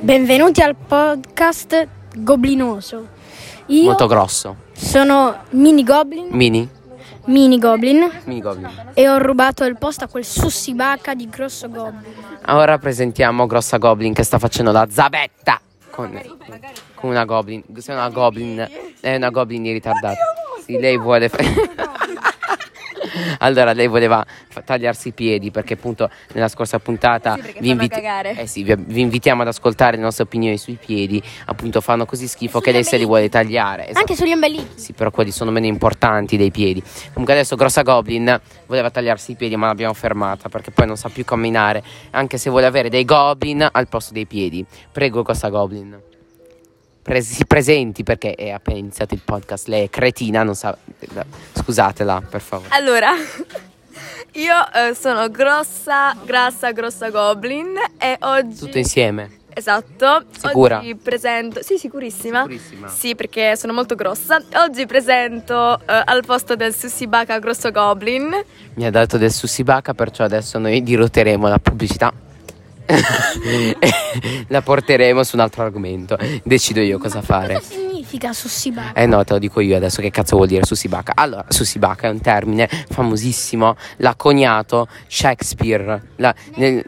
Benvenuti al podcast Goblinoso. Io Molto grosso. sono Mini Goblin e ho rubato il posto a quel sussibacca di Grosso Goblin. Ora presentiamo Grossa Goblin che sta facendo la zabetta con una Goblin. Sei una Goblin, è una Goblin ritardata. Sì, lei vuole allora lei voleva tagliarsi i piedi perché appunto nella scorsa puntata vi invitiamo ad ascoltare le nostre opinioni sui piedi. Appunto fanno così schifo che lei se li vuole tagliare. Esatto. Anche sugli ombelichi. Sì, però quelli sono meno importanti dei piedi. Comunque adesso Grossa Goblin voleva tagliarsi i piedi ma l'abbiamo fermata perché poi non sa più camminare, anche se vuole avere dei Goblin al posto dei piedi. Prego Grossa Goblin, si presenti perché è appena iniziato il podcast. Lei è cretina, non sa. Scusatela per favore. Allora, io sono Grossa Goblin e oggi... Tutto insieme? Esatto. Sicura? Oggi presento... Sì, sicurissima. Sicurissima. Sì, perché sono molto grossa. Oggi presento al posto del Sussibaka Grosso Goblin. Mi ha dato del sussibaka, perciò adesso noi dirotteremo la pubblicità. La porteremo su un altro argomento. Decido io cosa fare. Cosa significa sussibacca? No, te lo dico io adesso che cazzo vuol dire sussibaka. Allora, sussibaka è un termine famosissimo, l'ha coniato Shakespeare Nel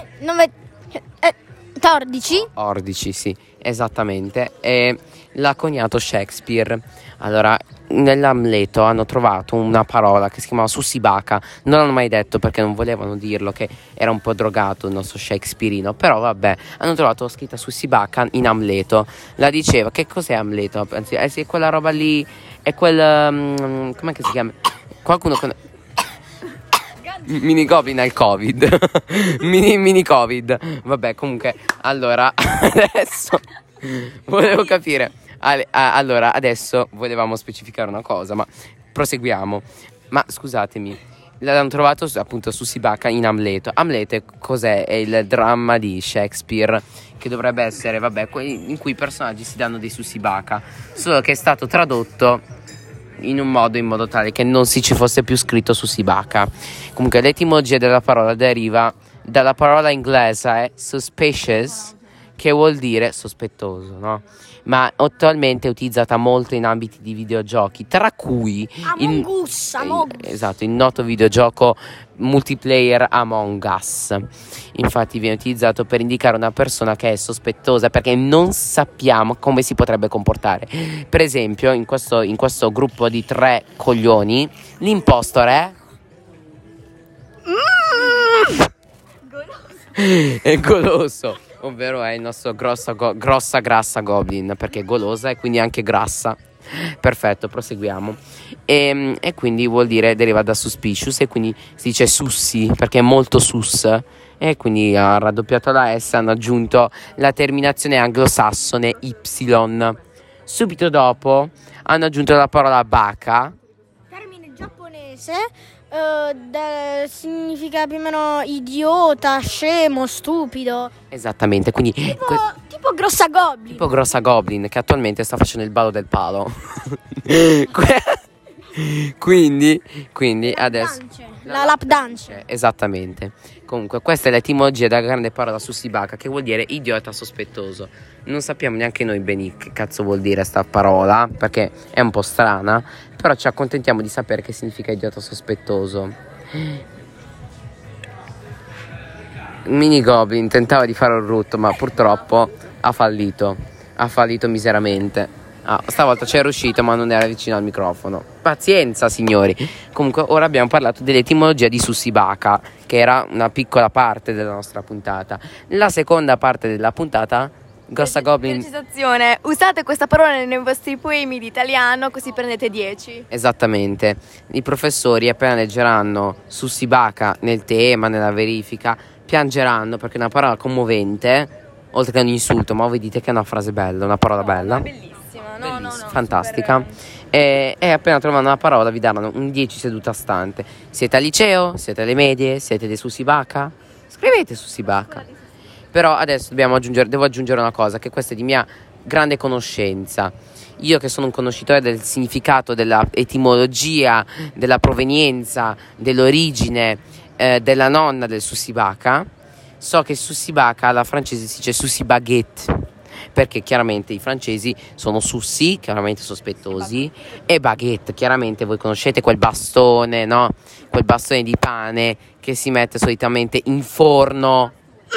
1914? Ordici, sì, esattamente. E l'ha coniato Shakespeare. Allora, nell'Amleto hanno trovato una parola che si chiamava sussibaka. Non l'hanno mai detto perché non volevano dirlo, che era un po' drogato il nostro Shakespearino. Però vabbè, hanno trovato scritta sussibaka in Amleto. La diceva, che cos'è Amleto? Anzi, è quella roba lì, è quel... com'è che si chiama? Qualcuno con... Mini Goblin al Covid. mini Covid. Vabbè, comunque, allora, adesso volevo capire. Allora, adesso volevamo specificare una cosa, ma proseguiamo. Ma scusatemi, l'hanno trovato appunto sussibaka in Amleto. Amleto cos'è? È il dramma di Shakespeare, che dovrebbe essere, vabbè, in cui i personaggi si danno dei sussibaka, solo che è stato tradotto in modo tale che non ci fosse più scritto sussibaka. Comunque l'etimologia della parola deriva dalla parola inglese suspicious, che vuol dire sospettoso, no? Ma attualmente è utilizzata molto in ambiti di videogiochi, tra cui Among Us. Esatto, il noto videogioco multiplayer Among Us. Infatti viene utilizzato per indicare una persona che è sospettosa perché non sappiamo come si potrebbe comportare. Per esempio, in questo gruppo di 3 coglioni, l'impostor è è goloso, ovvero è il nostro grassa grassa Goblin, perché è golosa e quindi anche grassa. Perfetto, proseguiamo. E quindi vuol dire, deriva da suspicious, e quindi si dice sussi perché è molto sus, e quindi ha raddoppiato la S, hanno aggiunto la terminazione anglosassone Y. Subito dopo hanno aggiunto la parola baka, Termine giapponese, significa più o meno idiota, scemo, stupido. esattamente, quindi Tipo Grossa Goblin. tipo Grossa Goblin, che attualmente sta facendo il ballo del palo. quindi adesso La lap dance. esattamente. Comunque questa è l'etimologia della grande parola sussibaka, che vuol dire idiota sospettoso. Non sappiamo neanche noi bene che cazzo vuol dire sta parola, perché è un po' strana, però ci accontentiamo di sapere che significa idiota sospettoso. Mini Goblin tentava di fare un rutto, ma purtroppo ha fallito miseramente. Stavolta c'è riuscito, ma non era vicino al microfono. Pazienza, signori. Comunque ora abbiamo parlato dell'etimologia di sussibaka, che era una piccola parte della nostra puntata. La seconda parte della puntata, Grossa Goblin. Precisazione, usate questa parola nei vostri poemi di italiano così prendete 10. Esattamente. I professori appena leggeranno sussibaka nel tema, nella verifica, piangeranno perché è una parola commovente, oltre che un insulto, ma voi dite che è una frase bella, una parola bella. Bellissima. No, Fantastica. E appena trovano una parola vi daranno un 10 seduta stante. Siete al liceo? Siete alle medie? Siete dei sussibaka? Scrivete sussibaka. Però adesso devo aggiungere una cosa, che questa è di mia grande conoscenza. Io che sono un conoscitore del significato, della etimologia, della provenienza, dell'origine della nonna del sussibaka, So che sussibaka alla francese si dice sushi baguette, perché chiaramente i francesi sono sushi, chiaramente sospettosi, e baguette, chiaramente voi conoscete quel bastone, no? Quel bastone di pane che si mette solitamente in forno.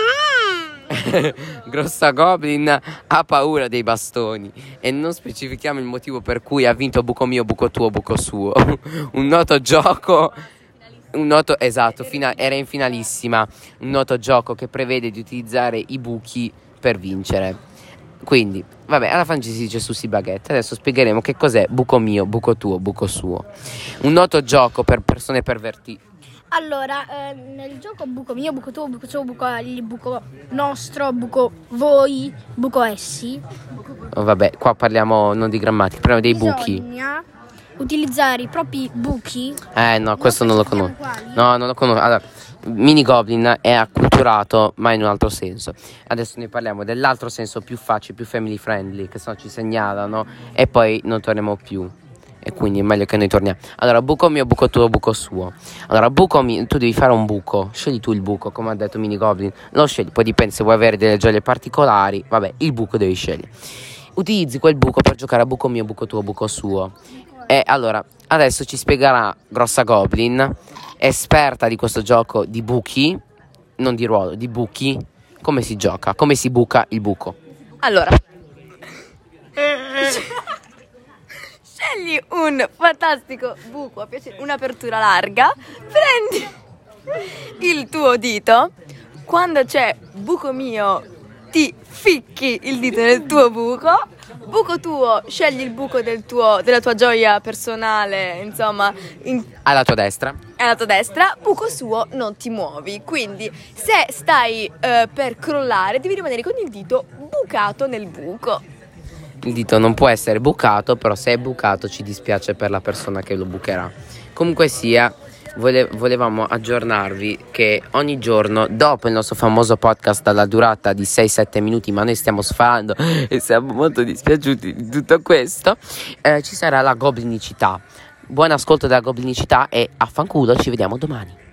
Grossa Goblin ha paura dei bastoni e non specifichiamo il motivo per cui ha vinto buco mio, buco tuo, buco suo. Un noto gioco, esatto, era in finalissima. Un noto gioco che prevede di utilizzare i buchi per vincere. Quindi, vabbè, alla francese si dice sushi baguette. Adesso spiegheremo che cos'è buco mio, buco tuo, buco suo. Un noto gioco per persone pervertite. Allora, nel gioco buco mio, buco tuo, buco suo, buco il buco nostro, buco voi, buco essi. Vabbè, qua parliamo non di grammatica, parliamo dei buchi. Bisogna utilizzare i propri buchi. No, questo non lo conosco. Quali? No, non lo conosco. Allora, Mini Goblin è acculturato, ma in un altro senso. Adesso ne parliamo dell'altro senso più facile, più family friendly, che sennò ci segnalano e poi non torniamo più. E quindi è meglio che noi torniamo. Allora, buco mio, buco tuo, buco suo. Allora, buco mio, tu devi fare un buco. Scegli tu il buco, come ha detto Mini Goblin. Lo scegli, poi dipende se vuoi avere delle gioie particolari. Vabbè, il buco devi scegliere. Utilizzi quel buco per giocare a buco mio, buco tuo, buco suo. E allora, adesso ci spiegherà Grossa Goblin, esperta di questo gioco di buchi, non di ruolo, di buchi, come si gioca, come si buca il buco. Allora, scegli un fantastico buco a piacere, un'apertura larga, prendi il tuo dito, quando c'è buco mio ti ficchi il dito nel tuo buco tuo, scegli il buco della tua gioia personale, insomma, Alla tua destra. alla tua destra, buco suo, non ti muovi. Quindi se stai per crollare devi rimanere con il dito bucato nel buco. Il dito non può essere bucato, però se è bucato ci dispiace per la persona che lo bucherà. Comunque sia, volevamo aggiornarvi che ogni giorno, dopo il nostro famoso podcast dalla durata di 6-7 minuti, ma noi stiamo sfalando e siamo molto dispiaciuti di tutto questo, ci sarà la goblinicità. Buon ascolto della goblinicità e affanculo, ci vediamo domani.